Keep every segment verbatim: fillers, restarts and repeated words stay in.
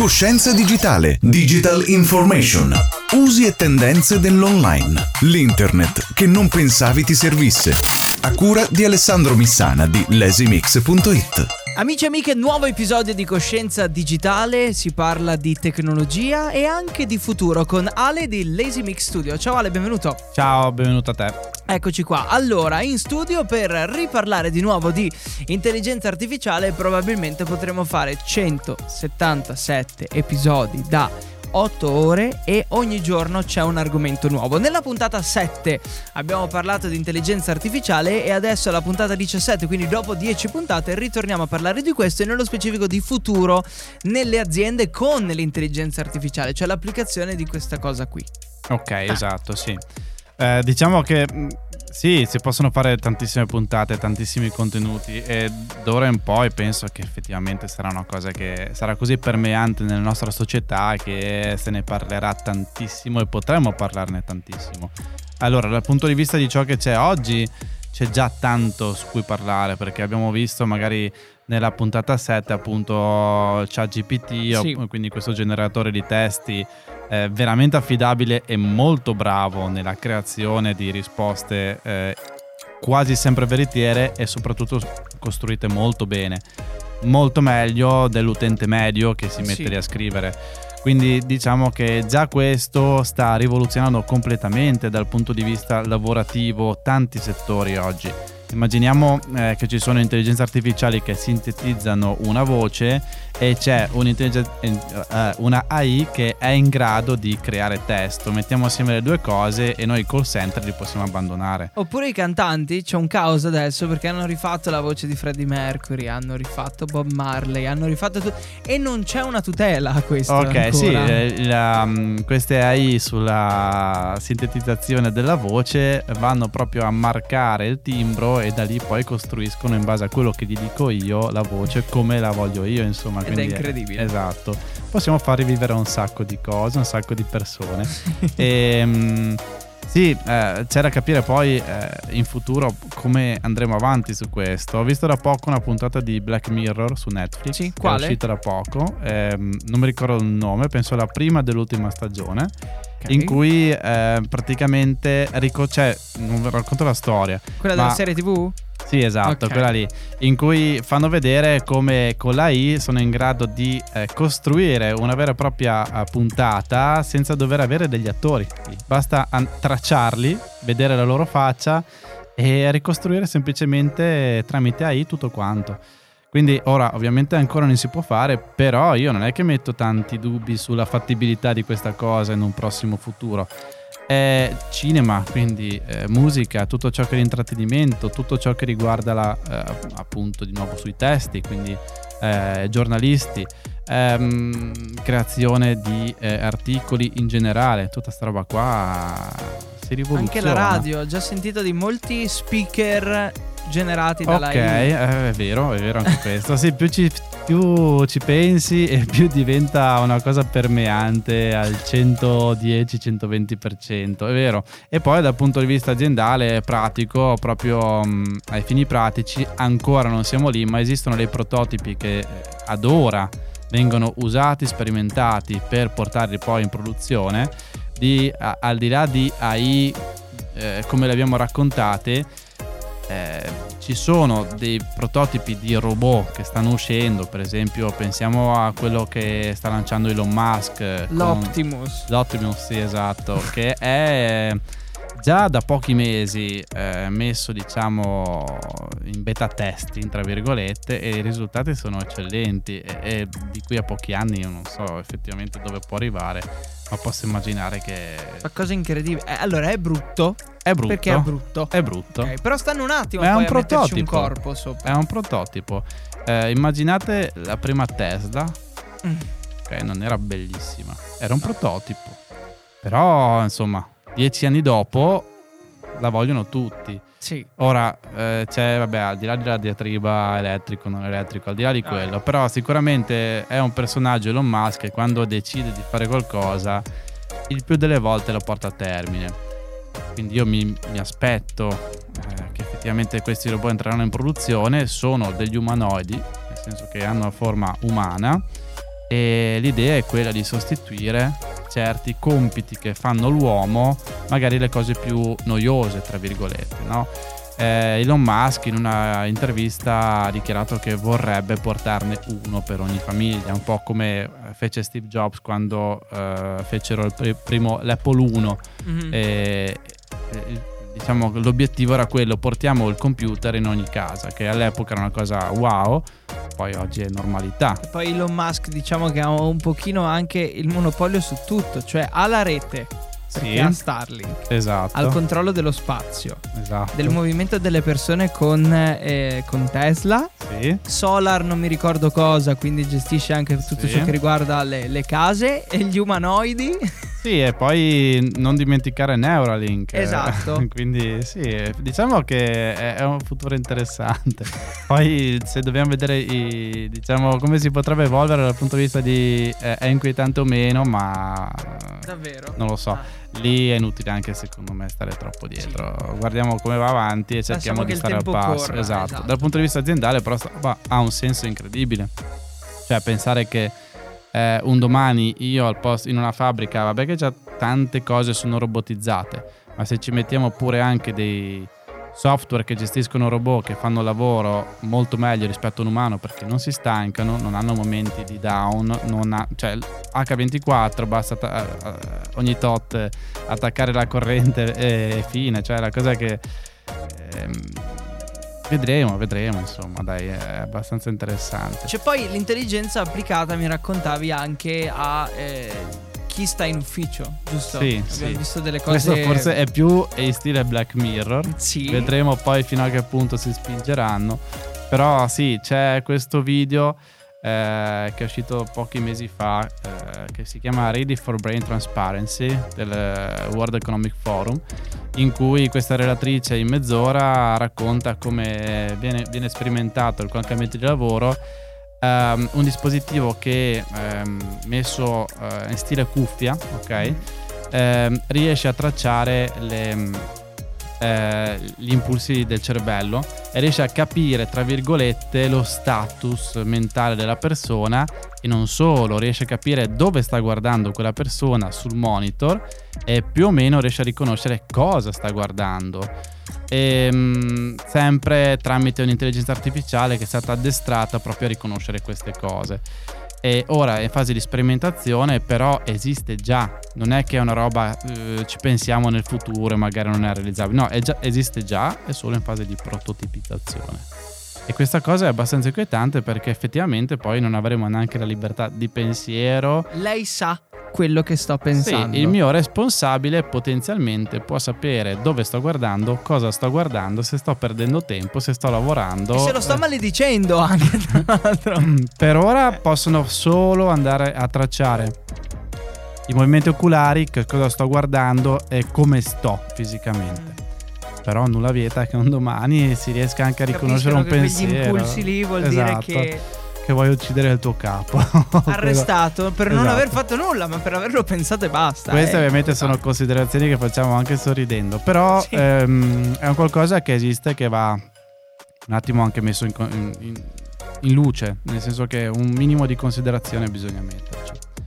Coscienza digitale, digital information, usi e tendenze dell'online, l'internet che non pensavi ti servisse. A cura di Alessandro Missana di lazy mix punto it. Amici e amiche, nuovo episodio di Coscienza Digitale, si parla di tecnologia e anche di futuro con Ale di Lazy Mix Studio. Ciao Ale, benvenuto. Ciao, benvenuto a te. Eccoci qua, allora in studio per riparlare di nuovo di intelligenza artificiale. Probabilmente potremo fare centosettantasette episodi da otto ore e ogni giorno c'è un argomento nuovo. Nella puntata sette abbiamo parlato di intelligenza artificiale e adesso alla puntata diciassette, quindi dopo dieci puntate, ritorniamo a parlare di questo e nello specifico di futuro nelle aziende con l'intelligenza artificiale, cioè l'applicazione di questa cosa qui. Ok, ah. esatto, sì. Eh, diciamo che sì, si possono fare tantissime puntate, tantissimi contenuti e d'ora in poi penso che effettivamente sarà una cosa che sarà così permeante nella nostra società che se ne parlerà tantissimo e potremo parlarne tantissimo. Allora, dal punto di vista di ciò che c'è oggi, c'è già tanto su cui parlare, perché abbiamo visto magari nella puntata sette appunto ChatGPT, sì. quindi questo generatore di testi eh, veramente affidabile e molto bravo nella creazione di risposte eh, quasi sempre veritiere e soprattutto costruite molto bene, molto meglio dell'utente medio che si mette sì. lì a scrivere. Quindi diciamo che già questo sta rivoluzionando completamente dal punto di vista lavorativo tanti settori oggi. Immaginiamo eh, che ci sono intelligenze artificiali che sintetizzano una voce e c'è uh, una A I che è in grado di creare testo. Mettiamo assieme le due cose e noi i call center li possiamo abbandonare. Oppure i cantanti, c'è un caos adesso perché hanno rifatto la voce di Freddie Mercury, hanno rifatto Bob Marley, hanno rifatto tu- e non c'è una tutela a questo. Ok, ancora. sì, eh, la, um, queste A I sulla sintetizzazione della voce vanno proprio a marcare il timbro e da lì poi costruiscono in base a quello che gli dico io la voce come la voglio io, insomma. Ed è incredibile. È, esatto. Possiamo far rivivere un sacco di cose, un sacco di persone. e um, sì, eh, c'è da capire poi eh, in futuro come andremo avanti su questo. Ho visto da poco una puntata di Black Mirror su Netflix. Sì, quale? È uscita da poco, eh, non mi ricordo il nome, penso la prima dell'ultima stagione. Okay. In cui eh, praticamente rico- cioè, non vi racconto la storia. Quella ma... della serie tivù? Sì, esatto, okay. Quella lì, in cui fanno vedere come con l'A I sono in grado di eh, costruire una vera e propria uh, puntata senza dover avere degli attori. Basta an- tracciarli, vedere la loro faccia e ricostruire semplicemente tramite A I tutto quanto. Quindi ora ovviamente ancora non si può fare, però io non è che metto tanti dubbi sulla fattibilità di questa cosa in un prossimo futuro. È cinema, quindi eh, musica, tutto ciò che è l'intrattenimento, tutto ciò che riguarda la, eh, appunto di nuovo sui testi, quindi eh, giornalisti, ehm, creazione di eh, articoli in generale, tutta sta roba qua si rivoluziona. Anche la radio, ho già sentito di molti speaker generati dalla Ok, I. eh, è vero, è vero anche questo. Sì, più ci, più ci pensi e più diventa una cosa permeante al centodieci centoventi per cento, è vero. E poi dal punto di vista aziendale, pratico, proprio mh, ai fini pratici, ancora non siamo lì, ma esistono dei prototipi che eh, ad ora vengono usati, sperimentati per portarli poi in produzione, di, a, al di là di A I eh, come le abbiamo raccontate. Eh, ci sono dei prototipi di robot che stanno uscendo, per esempio pensiamo a quello che sta lanciando Elon Musk, l'Optimus l'Optimus, sì, esatto, che è già da pochi mesi eh, messo diciamo in beta testing tra virgolette e i risultati sono eccellenti e, e di qui a pochi anni io non so effettivamente dove può arrivare, ma posso immaginare che una cosa incredibile. Eh, allora è brutto. È brutto. Perché è brutto. È brutto. Okay, però stanno un attimo è poi un a prototipo. metterci un corpo sopra. È un prototipo. Eh, immaginate la prima Tesla. Mm. Ok, non era bellissima. Era un prototipo. Però, insomma, dieci anni dopo la vogliono tutti. Sì. Ora eh, c'è, vabbè, al di là della diatriba elettrico, non elettrico, al di là di quello, ah. però sicuramente è un personaggio Elon Musk che quando decide di fare qualcosa il più delle volte lo porta a termine. Quindi io mi, mi aspetto eh, che effettivamente questi robot entreranno in produzione. Sono degli umanoidi, nel senso che hanno una forma umana e l'idea è quella di sostituire certi compiti che fanno l'uomo, magari le cose più noiose tra virgolette, no? Eh, Elon Musk in una intervista ha dichiarato che vorrebbe portarne uno per ogni famiglia, un po' come fece Steve Jobs quando eh, fecero il pr- primo l'Apple uno. Mm-hmm. e, e, diciamo che l'obiettivo era quello: portiamo il computer in ogni casa, che all'epoca era una cosa wow, poi oggi è normalità. E poi Elon Musk, diciamo che ha un pochino anche il monopolio su tutto, cioè ha la rete, perché sì, ha Starlink, esatto, ha il controllo dello spazio, esatto, del movimento delle persone con, eh, con Tesla, sì, Solar non mi ricordo cosa, quindi gestisce anche tutto sì, ciò che riguarda le, le case e gli umanoidi. Sì, e poi non dimenticare Neuralink. Esatto. Quindi sì, diciamo che è un futuro interessante. Poi se dobbiamo vedere i, diciamo, come si potrebbe evolvere dal punto di vista di eh, è inquietante o meno, ma davvero non lo so. Ah. Lì è inutile anche secondo me stare troppo dietro. Sì. Guardiamo come va avanti e cerchiamo di stare al passo. Corra, esatto. esatto. Dal punto di vista aziendale però bah, ha un senso incredibile. Cioè pensare che Eh, un domani io al posto in una fabbrica, vabbè che già tante cose sono robotizzate, ma se ci mettiamo pure anche dei software che gestiscono robot che fanno lavoro molto meglio rispetto a un umano, perché non si stancano, non hanno momenti di down, non ha, cioè acca ventiquattro basta ta- ogni tot attaccare la corrente e fine, cioè la cosa che ehm, Vedremo, vedremo, insomma, dai, è abbastanza interessante. C'è poi l'intelligenza applicata, mi raccontavi, anche a eh, chi sta in ufficio, giusto? Sì, abbiamo sì. visto delle cose. Questo forse è più in stile Black Mirror. Sì. Vedremo poi fino a che punto si spingeranno. Però sì, c'è questo video eh, che è uscito pochi mesi fa eh, che si chiama Ready for Brain Transparency del World Economic Forum, in cui questa relatrice in mezz'ora racconta come viene, viene sperimentato il cambiamento di lavoro, um, un dispositivo che um, messo uh, in stile cuffia, ok, um, riesce a tracciare le Eh, gli impulsi del cervello e riesce a capire, tra virgolette, lo status mentale della persona, e non solo, riesce a capire dove sta guardando quella persona sul monitor e più o meno riesce a riconoscere cosa sta guardando, e, mh, sempre tramite un'intelligenza artificiale che è stata addestrata proprio a riconoscere queste cose. E ora è in fase di sperimentazione, però esiste già, non è che è una roba eh, ci pensiamo nel futuro e magari non è realizzabile, no, è già, esiste già, è solo in fase di prototipizzazione. E questa cosa è abbastanza inquietante, perché effettivamente poi non avremo neanche la libertà di pensiero. Lei sa quello che sto pensando. Sì, il mio responsabile potenzialmente può sapere dove sto guardando, cosa sto guardando, se sto perdendo tempo, se sto lavorando. E se lo sto maledicendo anche, tra l'altro. Per ora possono solo andare a tracciare i movimenti oculari, che cosa sto guardando e come sto fisicamente. Però nulla vieta che un domani si riesca anche a riconoscere un che pensiero. Quegli impulsi lì vuol esatto. dire che che vuoi uccidere il tuo capo. arrestato per non esatto. aver fatto nulla, ma per averlo pensato e basta. Queste eh. ovviamente sono considerazioni che facciamo anche sorridendo, però sì. ehm, è un qualcosa che esiste, che va un attimo anche messo in, in, in luce, nel senso che un minimo di considerazione bisogna metterci.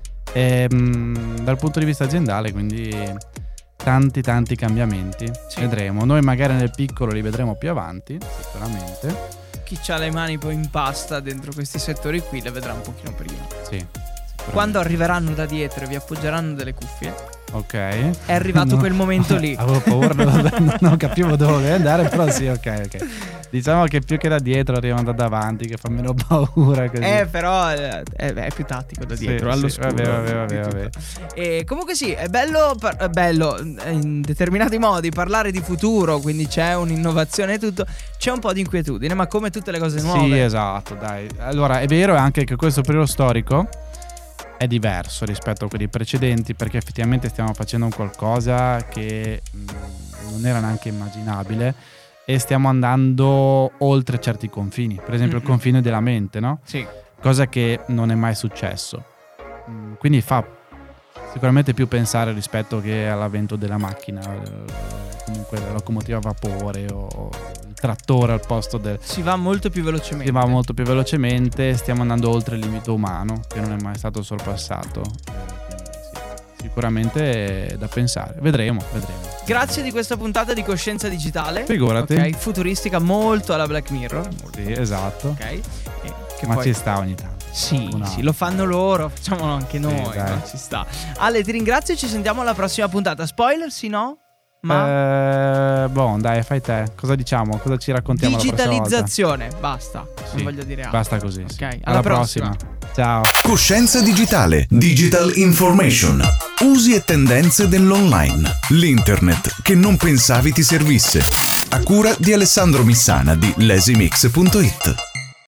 Ehm, dal punto di vista aziendale, quindi tanti tanti cambiamenti, sì. Vedremo, noi magari nel piccolo li vedremo più avanti sicuramente. Chi ha le mani poi in pasta dentro questi settori qui le vedrà un pochino prima. Sì. Quando arriveranno da dietro e vi appoggeranno delle cuffie, ok, è arrivato no. quel momento lì. Avevo paura, non, non capivo dove andare, però sì, ok, ok. Diciamo che più che da dietro arrivano da davanti, che fa meno paura così. Eh, però è, è più tattico da dietro, sì, allo sì, scuro. Vabbè, vabbè, vabbè, vabbè. E comunque sì, è bello, è bello in determinati modi parlare di futuro, quindi c'è un'innovazione e tutto. C'è un po' di inquietudine, ma come tutte le cose nuove. Sì, esatto, dai. Allora, è vero anche che questo periodo storico è diverso rispetto a quelli precedenti, perché effettivamente stiamo facendo un qualcosa che mh, non era neanche immaginabile, e stiamo andando oltre certi confini, per esempio mm-hmm. il confine della mente, no? Sì. Cosa che non è mai successo. Mm, quindi fa sicuramente più pensare rispetto che all'avvento della macchina, comunque la locomotiva a vapore o il trattore al posto del... Si va molto più velocemente. Si va molto più velocemente, stiamo andando oltre il limite umano, che non è mai stato sorpassato. Sicuramente è da pensare, vedremo, vedremo. Grazie di questa puntata di Coscienza Digitale. Figurati. Ok, futuristica, molto alla Black Mirror. Sì, esatto. Ok. E che Ma poi... ci sta ogni tanto. Sì, No. sì, lo fanno loro, facciamolo anche noi, Sì, dai. no? Ci sta. Ale, ti ringrazio e ci sentiamo alla prossima puntata. Spoiler, sì, no? Ma Eh, boh, dai, fai te. Cosa diciamo? Cosa ci raccontiamo la prossima volta? digitalizzazione, basta. Sì, non voglio dire altro. basta così. Sì. Ok, alla Alla prossima. prossima. Ciao. Coscienza digitale, digital information, usi e tendenze dell'online, l'internet che non pensavi ti servisse. A cura di Alessandro Missana di lazy mix punto it.